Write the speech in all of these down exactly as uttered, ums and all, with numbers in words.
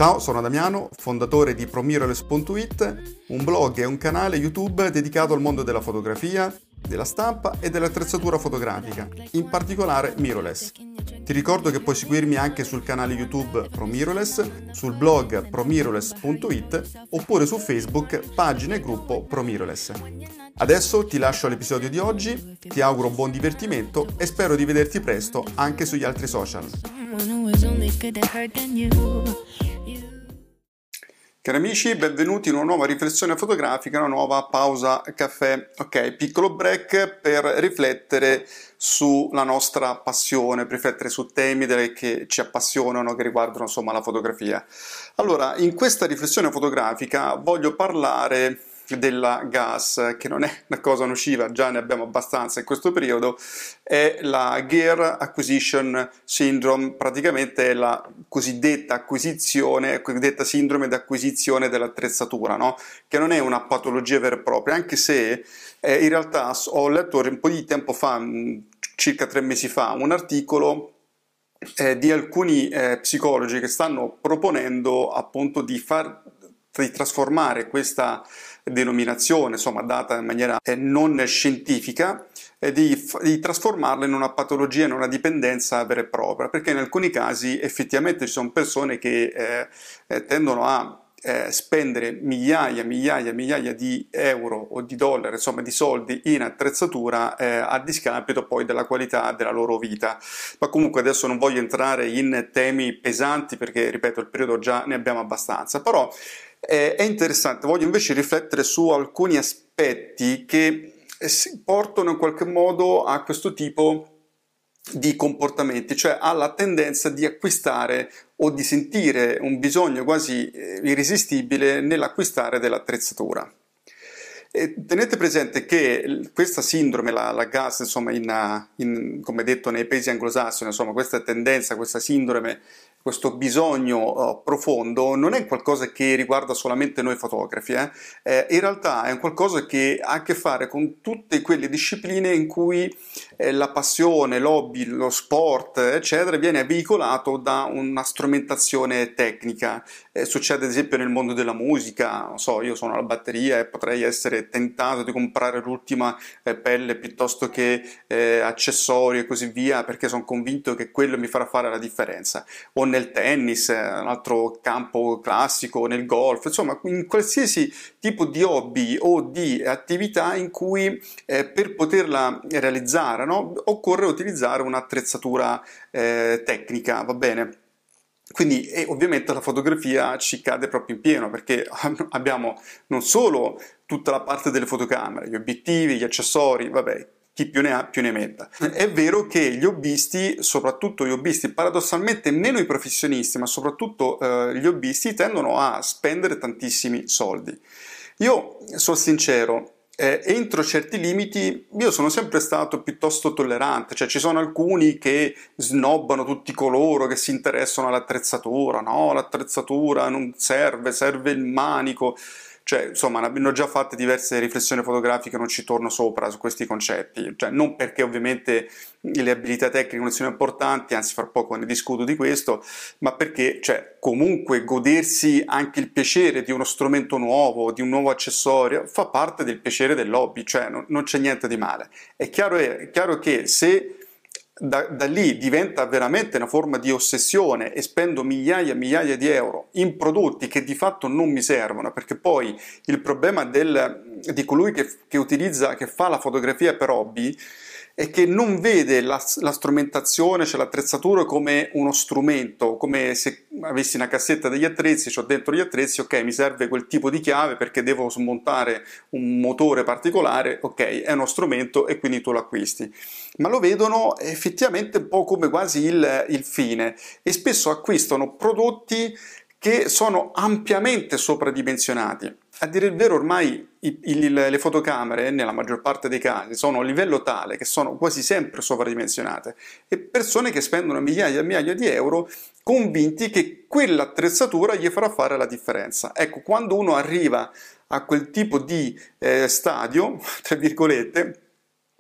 Ciao, sono Damiano, fondatore di pro mirrorless punto it, un blog e un canale YouTube dedicato al mondo della fotografia, della stampa e dell'attrezzatura fotografica, in particolare mirrorless. Ti ricordo che puoi seguirmi anche sul canale YouTube Pro Mirrorless, sul blog pro mirrorless punto it oppure su Facebook, pagina e gruppo Pro Mirrorless. Adesso ti lascio all'episodio di oggi, ti auguro buon divertimento e spero di vederti presto anche sugli altri social. Cari amici, benvenuti in una nuova riflessione fotografica, una nuova pausa caffè. Ok, piccolo break per riflettere sulla nostra passione, per riflettere su temi che ci appassionano, che riguardano insomma la fotografia. Allora, in questa riflessione fotografica voglio parlare della gas, che non è una cosa nociva, già ne abbiamo abbastanza in questo periodo, è la Gear Acquisition Syndrome, praticamente è la cosiddetta acquisizione, cosiddetta sindrome di acquisizione dell'attrezzatura, no? Che non è una patologia vera e propria, anche se eh, in realtà ho letto un po' di tempo fa, mh, circa tre mesi fa, un articolo eh, di alcuni eh, psicologi che stanno proponendo appunto di far di trasformare questa denominazione, insomma, data in maniera eh, non scientifica, eh, di, di trasformarla in una patologia, in una dipendenza vera e propria, perché in alcuni casi effettivamente ci sono persone che eh, eh, tendono a eh, spendere migliaia, migliaia, migliaia di euro o di dollari, insomma di soldi in attrezzatura eh, a discapito poi della qualità della loro vita. Ma comunque adesso non voglio entrare in temi pesanti perché, ripeto, il periodo già ne abbiamo abbastanza, però è interessante, voglio invece riflettere su alcuni aspetti che si portano in qualche modo a questo tipo di comportamenti, cioè alla tendenza di acquistare o di sentire un bisogno quasi irresistibile nell'acquistare dell'attrezzatura. E tenete presente che questa sindrome, la, la gas, insomma, in, in, come detto nei paesi anglosassoni, insomma, questa tendenza, questa sindrome, questo bisogno uh, profondo non è qualcosa che riguarda solamente noi fotografi, eh? Eh, in realtà è un qualcosa che ha a che fare con tutte quelle discipline in cui eh, la passione, l'hobby, lo sport, eccetera, viene veicolato da una strumentazione tecnica. Eh, succede ad esempio nel mondo della musica, non so, io suono la batteria e potrei essere tentato di comprare l'ultima eh, pelle piuttosto che eh, accessori e così via, perché sono convinto che quello mi farà fare la differenza. O nel tennis, un altro campo classico, nel golf, insomma in qualsiasi tipo di hobby o di attività in cui eh, per poterla realizzare, no, occorre utilizzare un'attrezzatura eh, tecnica, va bene? Quindi e ovviamente la fotografia ci cade proprio in pieno, perché abbiamo non solo tutta la parte delle fotocamere, gli obiettivi, gli accessori, vabbè, chi più ne ha più ne metta. È vero che gli hobbisti, soprattutto gli hobbisti, paradossalmente meno i professionisti, ma soprattutto eh, gli hobbisti tendono a spendere tantissimi soldi. Io sono sincero, eh, entro certi limiti io sono sempre stato piuttosto tollerante, cioè ci sono alcuni che snobbano tutti coloro che si interessano all'attrezzatura, no, l'attrezzatura non serve, serve il manico. Cioè, insomma, ne ho già fatte diverse riflessioni fotografiche, non ci torno sopra su questi concetti, cioè non perché ovviamente le abilità tecniche non siano importanti, anzi fra poco ne discuto di questo, ma perché, cioè, comunque godersi anche il piacere di uno strumento nuovo, di un nuovo accessorio, fa parte del piacere dell'hobby, cioè non, non c'è niente di male. È chiaro, è chiaro che se Da, da lì diventa veramente una forma di ossessione e spendo migliaia e migliaia di euro in prodotti che di fatto non mi servono, perché poi il problema del, di colui che, che utilizza, che fa la fotografia per hobby, è che non vede la, la strumentazione, cioè l'attrezzatura, come uno strumento, come se avessi una cassetta degli attrezzi, ho dentro gli attrezzi, ok, mi serve quel tipo di chiave perché devo smontare un motore particolare, ok, è uno strumento e quindi tu lo acquisti. Ma lo vedono effettivamente un po' come quasi il, il fine, e spesso acquistano prodotti che sono ampiamente sopradimensionati. A dire il vero, ormai i, il, le fotocamere, nella maggior parte dei casi, sono a livello tale che sono quasi sempre sovradimensionate, e persone che spendono migliaia e migliaia di euro convinti che quell'attrezzatura gli farà fare la differenza. Ecco, quando uno arriva a quel tipo di eh, stadio, tra virgolette,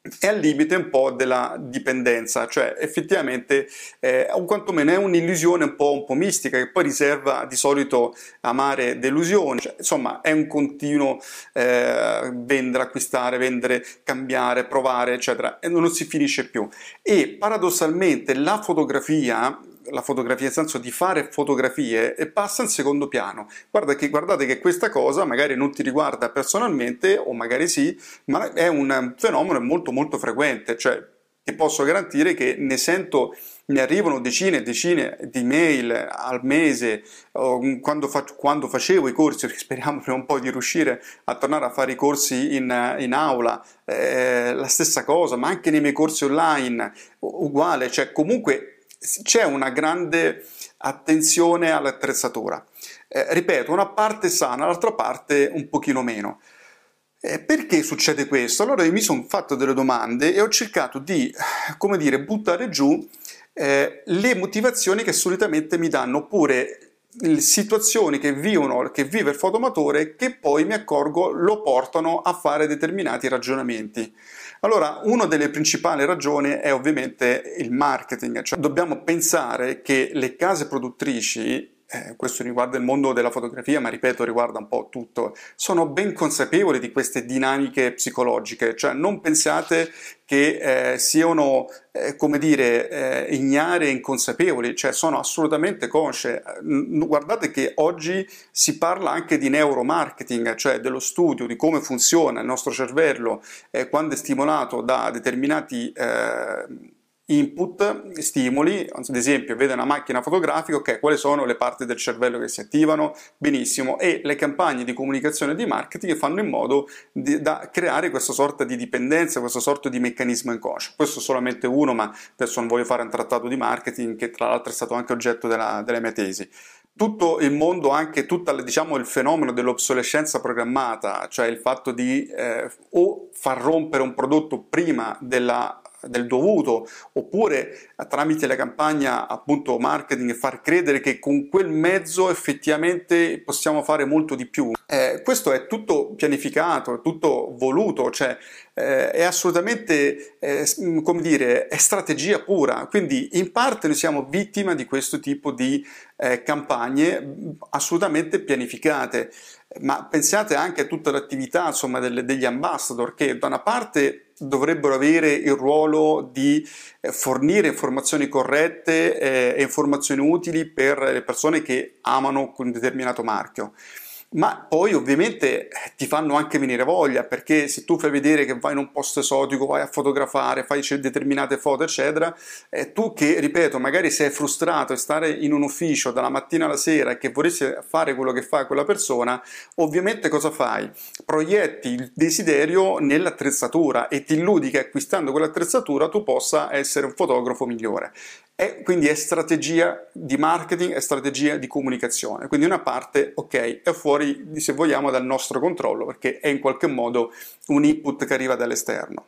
è al limite un po' della dipendenza, cioè effettivamente eh, o quantomeno è un'illusione un po', un po' mistica che poi riserva di solito amare delusioni, cioè, insomma è un continuo eh, vendere, acquistare, vendere, cambiare, provare eccetera e non si finisce più. E paradossalmente la fotografia la fotografia nel senso di fare fotografie e passa in secondo piano. Guarda che, guardate che questa cosa magari non ti riguarda personalmente o magari sì, ma è un fenomeno molto molto frequente, cioè ti posso garantire che ne sento, mi arrivano decine e decine di mail al mese quando, fa, quando facevo i corsi, perché speriamo prima un po' di riuscire a tornare a fare i corsi in, in aula, eh, la stessa cosa, ma anche nei miei corsi online, uguale, cioè comunque c'è una grande attenzione all'attrezzatura. Eh, ripeto, una parte sana, l'altra parte un pochino meno. Eh, perché succede questo? Allora io mi sono fatto delle domande e ho cercato di, come dire, buttare giù eh, le motivazioni che solitamente mi danno, oppure situazioni che vivono, che vive il fotoamatore che poi mi accorgo lo portano a fare determinati ragionamenti. Allora, una delle principali ragioni è ovviamente il marketing, cioè dobbiamo pensare che le case produttrici, eh, questo riguarda il mondo della fotografia, ma ripeto, riguarda un po' tutto, sono ben consapevoli di queste dinamiche psicologiche, cioè non pensate che eh, siano, eh, come dire, eh, ignare e inconsapevoli, cioè sono assolutamente consce. Guardate che oggi si parla anche di neuromarketing, cioè dello studio di come funziona il nostro cervello eh, quando è stimolato da determinati eh, input, stimoli, ad esempio vede una macchina fotografica, ok, quali sono le parti del cervello che si attivano? Benissimo, e le campagne di comunicazione e di marketing fanno in modo di, da creare questa sorta di dipendenza, questa sorta di meccanismo inconscio. Questo è solamente uno, ma adesso non voglio fare un trattato di marketing che tra l'altro è stato anche oggetto della, della mia tesi. Tutto il mondo, anche tutto diciamo, il fenomeno dell'obsolescenza programmata, cioè il fatto di eh, o far rompere un prodotto prima della del dovuto, oppure tramite la campagna appunto marketing far credere che con quel mezzo effettivamente possiamo fare molto di più. Eh, questo è tutto pianificato, è tutto voluto, cioè eh, è assolutamente, eh, come dire, è strategia pura, quindi in parte noi siamo vittima di questo tipo di eh, campagne assolutamente pianificate. Ma pensate anche a tutta l'attività insomma, delle, degli ambassador che da una parte dovrebbero avere il ruolo di eh, fornire informazioni corrette eh, e informazioni utili per le persone che amano un determinato marchio. Ma poi ovviamente ti fanno anche venire voglia, perché se tu fai vedere che vai in un posto esotico, vai a fotografare, fai determinate foto eccetera, eh, tu che, ripeto, magari sei frustrato e stare in un ufficio dalla mattina alla sera e che vorresti fare quello che fa quella persona, ovviamente cosa fai? Proietti il desiderio nell'attrezzatura e ti illudi che acquistando quell'attrezzatura tu possa essere un fotografo migliore. E quindi è strategia di marketing, è strategia di comunicazione, quindi una parte, ok, è fuori, se vogliamo, dal nostro controllo, perché è in qualche modo un input che arriva dall'esterno.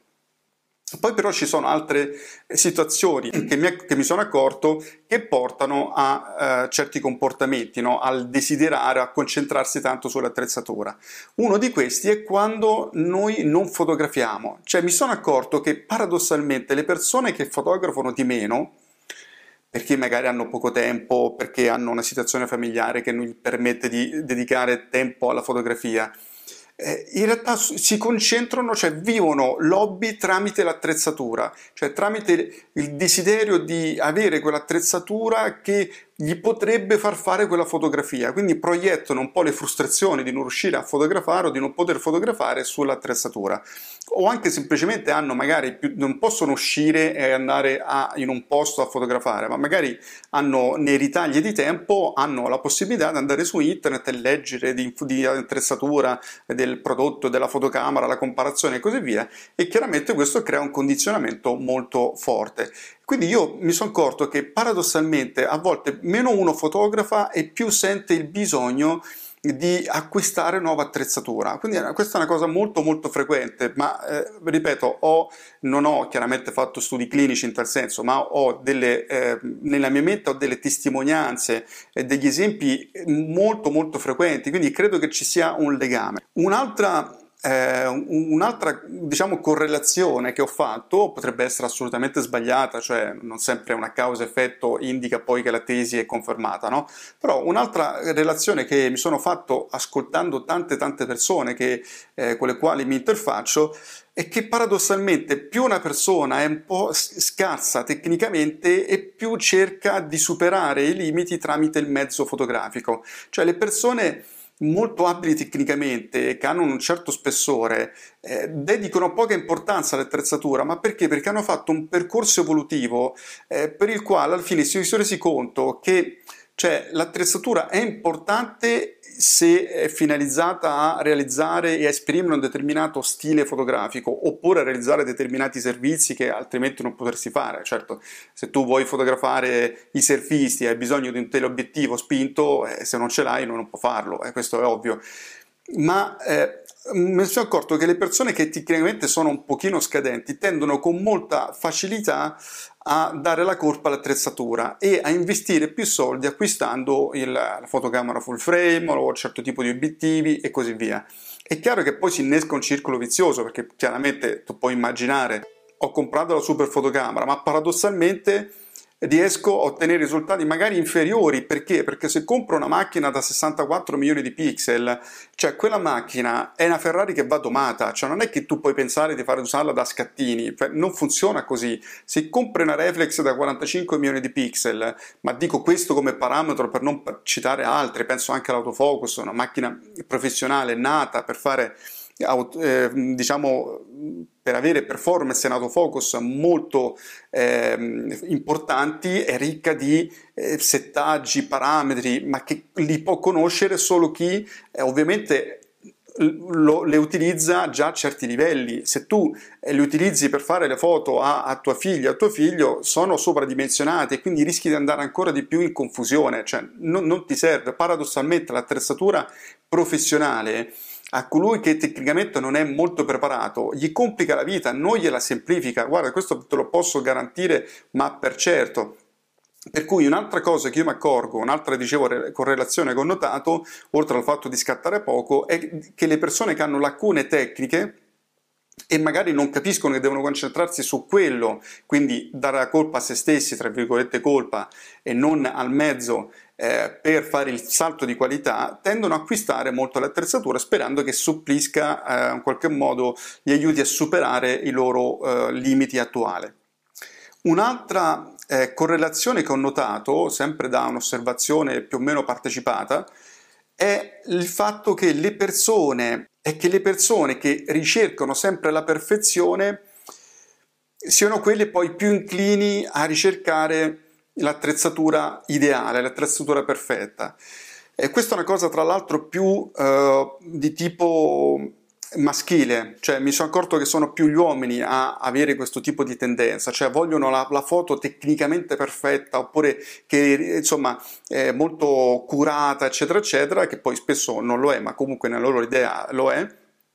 Poi però ci sono altre situazioni che mi, che mi sono accorto che portano a uh, certi comportamenti, no? Al desiderare, a concentrarsi tanto sull'attrezzatura. Uno di questi è quando noi non fotografiamo, cioè mi sono accorto che paradossalmente le persone che fotografano di meno, perché magari hanno poco tempo, perché hanno una situazione familiare che non gli permette di dedicare tempo alla fotografia, eh, in realtà si concentrano, cioè vivono l'hobby tramite l'attrezzatura, cioè tramite il desiderio di avere quell'attrezzatura che gli potrebbe far fare quella fotografia, quindi proiettano un po' le frustrazioni di non riuscire a fotografare o di non poter fotografare sull'attrezzatura, o anche semplicemente hanno magari più, non possono uscire e andare a, in un posto a fotografare, ma magari hanno nei ritagli di tempo hanno la possibilità di andare su internet e leggere di, di attrezzatura del prodotto, della fotocamera, la comparazione e così via, e chiaramente questo crea un condizionamento molto forte. Quindi io mi sono accorto che paradossalmente a volte meno uno fotografa e più sente il bisogno di acquistare nuova attrezzatura, quindi questa è una cosa molto molto frequente, ma eh, ripeto, ho, non ho chiaramente fatto studi clinici in tal senso, ma ho delle, eh, nella mia mente ho delle testimonianze e degli esempi molto molto frequenti, quindi credo che ci sia un legame. Un'altra eh, un'altra, diciamo, correlazione che ho fatto potrebbe essere assolutamente sbagliata, cioè non sempre una causa-effetto indica poi che la tesi è confermata, no? Però un'altra relazione che mi sono fatto ascoltando tante tante persone che, eh, con le quali mi interfaccio è che paradossalmente più una persona è un po' scarsa tecnicamente e più cerca di superare i limiti tramite il mezzo fotografico. Cioè le persone molto abili tecnicamente, che hanno un certo spessore, eh, dedicano poca importanza all'attrezzatura, ma perché? Perché hanno fatto un percorso evolutivo eh, per il quale alla fine si sono resi conto che, cioè, l'attrezzatura è importante se è finalizzata a realizzare e a esprimere un determinato stile fotografico, oppure a realizzare determinati servizi che altrimenti non potresti fare. Certo, se tu vuoi fotografare i surfisti e hai bisogno di un teleobiettivo spinto, eh, se non ce l'hai non puoi farlo, eh, questo è ovvio. Ma eh, mi sono accorto che le persone che tecnicamente sono un pochino scadenti tendono con molta facilità a dare la colpa all'attrezzatura e a investire più soldi acquistando il, la fotocamera full frame o un certo tipo di obiettivi e così via. È chiaro che poi si innesca un circolo vizioso, perché chiaramente tu puoi immaginare: ho comprato la super fotocamera, ma paradossalmente riesco a ottenere risultati magari inferiori. Perché? Perché se compro una macchina da sessantaquattro milioni di pixel, cioè quella macchina è una Ferrari che va domata, cioè non è che tu puoi pensare di fare usarla da scattini, non funziona così. Se compri una reflex da quarantacinque milioni di pixel, ma dico questo come parametro per non citare altre, penso anche all'autofocus, una macchina professionale nata per fare eh, diciamo per avere performance in autofocus molto eh, importanti, è ricca di eh, settaggi, parametri, ma che li può conoscere solo chi eh, ovviamente lo, le utilizza già a certi livelli. Se tu eh, le utilizzi per fare le foto a, a tua figlia, a tuo figlio, sono sovradimensionate e quindi rischi di andare ancora di più in confusione, cioè non, non ti serve. Paradossalmente l'attrezzatura professionale a colui che tecnicamente non è molto preparato gli complica la vita, non gliela semplifica. Guarda, questo te lo posso garantire, ma per certo. Per cui un'altra cosa che io mi accorgo, un'altra, dicevo, correlazione che ho notato, oltre al fatto di scattare poco, è che le persone che hanno lacune tecniche e magari non capiscono che devono concentrarsi su quello, quindi dare la colpa a se stessi, tra virgolette colpa, e non al mezzo, eh, per fare il salto di qualità, tendono a acquistare molto l'attrezzatura sperando che supplisca eh, in qualche modo, gli aiuti a superare i loro eh, limiti attuali. Un'altra eh, correlazione che ho notato, sempre da un'osservazione più o meno partecipata, è il fatto che le persone è che le persone che ricercano sempre la perfezione siano quelle poi più inclini a ricercare l'attrezzatura ideale, l'attrezzatura perfetta. E questa è una cosa tra l'altro più eh, di tipo maschile, cioè mi sono accorto che sono più gli uomini a avere questo tipo di tendenza, cioè vogliono la, la foto tecnicamente perfetta, oppure che insomma è molto curata, eccetera eccetera, che poi spesso non lo è, ma comunque nella loro idea lo è.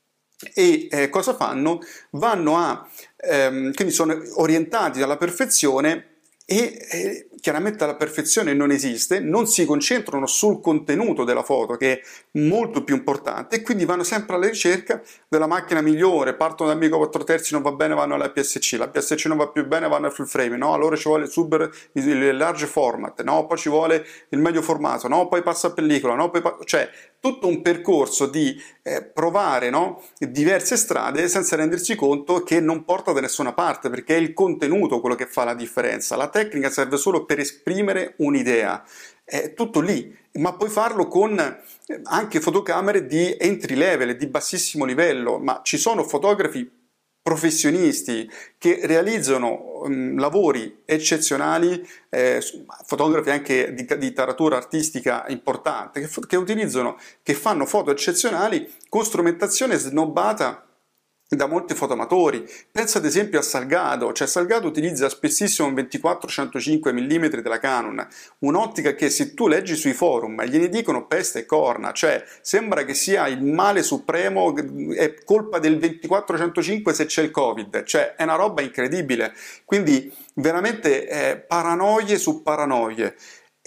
E eh, cosa fanno? Vanno a ehm, quindi sono orientati alla perfezione e eh, chiaramente la perfezione non esiste, non si concentrano sul contenuto della foto che è molto più importante e quindi vanno sempre alla ricerca della macchina migliore, partono dal Amiga quattro terzi, non va bene, vanno alla P S C, la P S C non va più bene, vanno al full frame, no, allora ci vuole il super, il large format, no, poi ci vuole il medio formato, no, poi passa a pellicola, no, poi pa- cioè tutto un percorso di eh, provare, no, diverse strade senza rendersi conto che non porta da nessuna parte, perché è il contenuto quello che fa la differenza. La tecnica serve solo per esprimere un'idea, è tutto lì, ma puoi farlo con anche fotocamere di entry level, di bassissimo livello, ma ci sono fotografi professionisti che realizzano um, lavori eccezionali, eh, fotografi anche di, di taratura artistica importante, che, che utilizzano, che fanno foto eccezionali con strumentazione snobbata da molti fotoamatori. Pensa ad esempio a Salgado, cioè Salgado utilizza spessissimo un ventiquattro centocinque millimetri della Canon, un'ottica che se tu leggi sui forum gliene dicono peste e corna, cioè sembra che sia il male supremo, è colpa del ventiquattro centocinque se c'è il Covid, cioè è una roba incredibile, quindi veramente eh, paranoie su paranoie.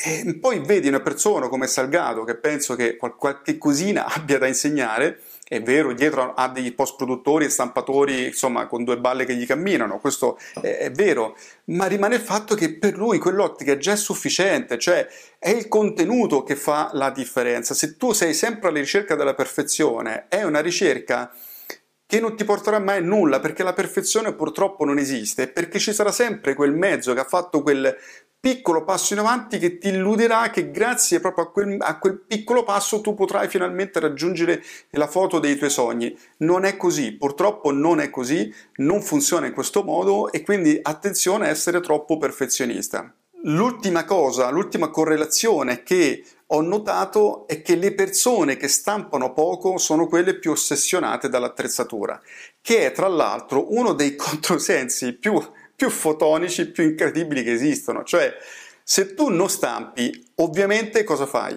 E poi vedi una persona come Salgado, che penso che qualche cosina abbia da insegnare. È vero, dietro ha dei post produttori e stampatori, insomma, con due balle che gli camminano, questo è, è vero, ma rimane il fatto che per lui quell'ottica già è sufficiente, cioè è il contenuto che fa la differenza. Se tu sei sempre alla ricerca della perfezione, è una ricerca che non ti porterà mai a nulla, perché la perfezione purtroppo non esiste, perché ci sarà sempre quel mezzo che ha fatto quel piccolo passo in avanti che ti illuderà che grazie proprio a quel, a quel piccolo passo tu potrai finalmente raggiungere la foto dei tuoi sogni. Non è così, purtroppo non è così, non funziona in questo modo, e quindi attenzione a essere troppo perfezionista. L'ultima cosa, l'ultima correlazione che ho notato è che le persone che stampano poco sono quelle più ossessionate dall'attrezzatura, che è tra l'altro uno dei controsensi più più fotonici, più incredibili che esistono. Cioè, se tu non stampi, ovviamente cosa fai?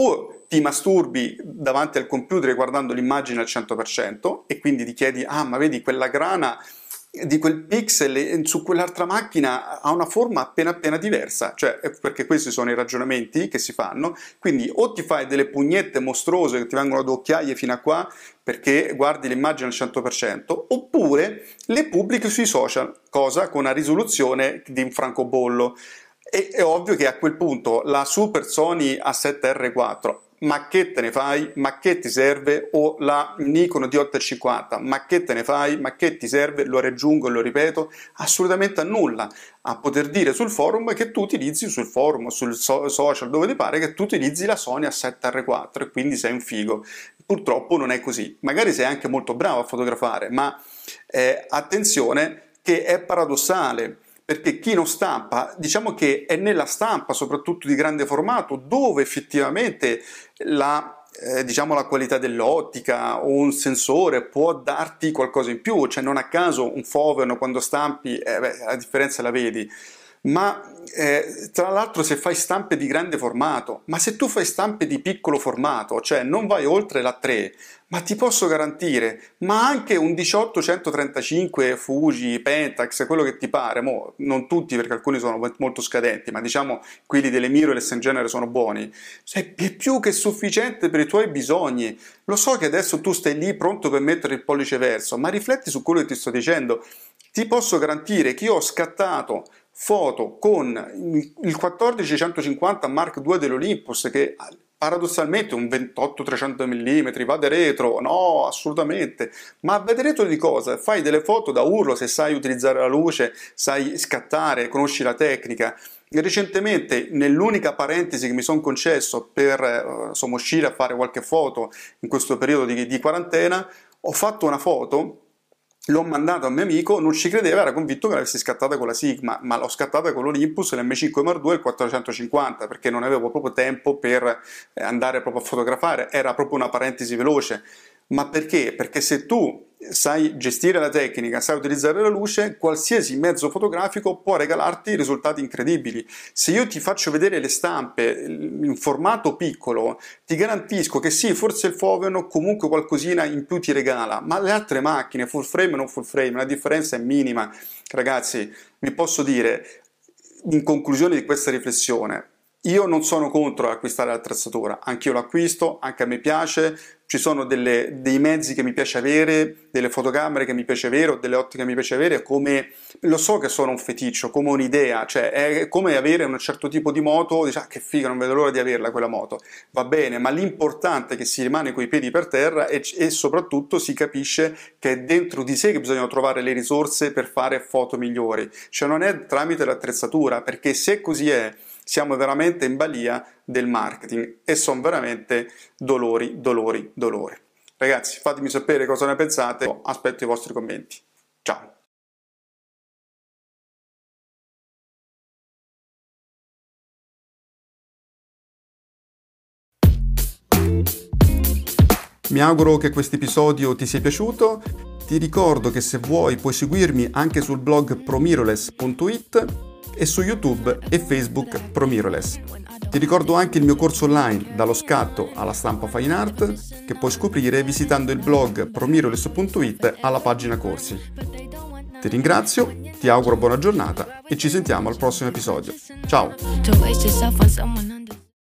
O ti masturbi davanti al computer guardando l'immagine al cento per cento e quindi ti chiedi, ah, ma vedi quella grana di quel pixel su quell'altra macchina ha una forma appena appena diversa, cioè, perché questi sono i ragionamenti che si fanno. Quindi o ti fai delle pugnette mostruose che ti vengono ad occhiaie fino a qua perché guardi l'immagine al cento per cento, oppure le pubblichi sui social, cosa con una risoluzione di un francobollo. E è ovvio che a quel punto la Super Sony A sette R quattro, ma che te ne fai? Ma che ti serve? O la Nikon D otto cinquanta, ma che te ne fai? Ma che ti serve? Lo raggiungo e lo ripeto, assolutamente a nulla. A poter dire sul forum che tu utilizzi sul forum, sul so- social, dove ti pare, che tu utilizzi la Sony A sette R quattro e quindi sei un figo. Purtroppo non è così. Magari sei anche molto bravo a fotografare, ma eh, attenzione che è paradossale. Perché chi non stampa, diciamo che è nella stampa, soprattutto di grande formato, dove effettivamente la, eh, diciamo, la qualità dell'ottica o un sensore può darti qualcosa in più. Cioè, non a caso un Foveon quando stampi, eh, beh, la differenza la vedi. Ma eh, tra l'altro se fai stampe di grande formato, ma se tu fai stampe di piccolo formato, cioè non vai oltre la tre, ma ti posso garantire, ma anche un diciotto centotrentacinque Fuji, Pentax, quello che ti pare, mo, non tutti perché alcuni sono molto scadenti, ma diciamo quelli delle mirrorless in genere sono buoni, cioè, è più che sufficiente per i tuoi bisogni. Lo so che adesso tu stai lì pronto per mettere il pollice verso, ma rifletti su quello che ti sto dicendo. Ti posso garantire che io ho scattato foto con il quattordici centocinquanta Mark due dell'Olympus, che paradossalmente un ventotto trecento millimetri, va de retro, no, assolutamente, ma va de retro di cosa? Fai delle foto da urlo se sai utilizzare la luce, sai scattare, conosci la tecnica. Recentemente, nell'unica parentesi che mi sono concesso per eh, insomma, uscire a fare qualche foto in questo periodo di, di quarantena, ho fatto una foto. L'ho mandato a un mio amico, non ci credeva, era convinto che l'avessi scattata con la Sigma, ma l'ho scattata con l'Olympus, l'M cinque Mark due e il quattrocentocinquanta, perché non avevo proprio tempo per andare proprio a fotografare, era proprio una parentesi veloce. Ma perché? Perché se tu sai gestire la tecnica, sai utilizzare la luce, qualsiasi mezzo fotografico può regalarti risultati incredibili. Se io ti faccio vedere le stampe in formato piccolo, ti garantisco che sì, forse il Foveon comunque qualcosina in più ti regala, ma le altre macchine, full frame o non full frame, la differenza è minima. Ragazzi, vi posso dire, in conclusione di questa riflessione, io non sono contro acquistare l'attrezzatura, anch'io l'acquisto, anche a me piace, ci sono delle, dei mezzi che mi piace avere, delle fotocamere che mi piace avere o delle ottiche che mi piace avere, come, lo so che sono un feticcio, come un'idea, cioè è come avere un certo tipo di moto, dici, ah, che figa, non vedo l'ora di averla quella moto, va bene, ma l'importante è che si rimane coi piedi per terra e, e soprattutto si capisce che è dentro di sé che bisogna trovare le risorse per fare foto migliori, cioè non è tramite l'attrezzatura, perché se così è, siamo veramente in balia del marketing e sono veramente dolori, dolori, dolori. Ragazzi, fatemi sapere cosa ne pensate, aspetto i vostri commenti. Ciao! Mi auguro che questo episodio ti sia piaciuto. Ti ricordo che se vuoi puoi seguirmi anche sul blog pro mirrorless punto it e su YouTube e Facebook Pro Mirrorless. Ti ricordo anche il mio corso online dallo scatto alla stampa fine art che puoi scoprire visitando il blog pro mirrorless punto it alla pagina corsi. Ti ringrazio, ti auguro buona giornata e ci sentiamo al prossimo episodio. Ciao!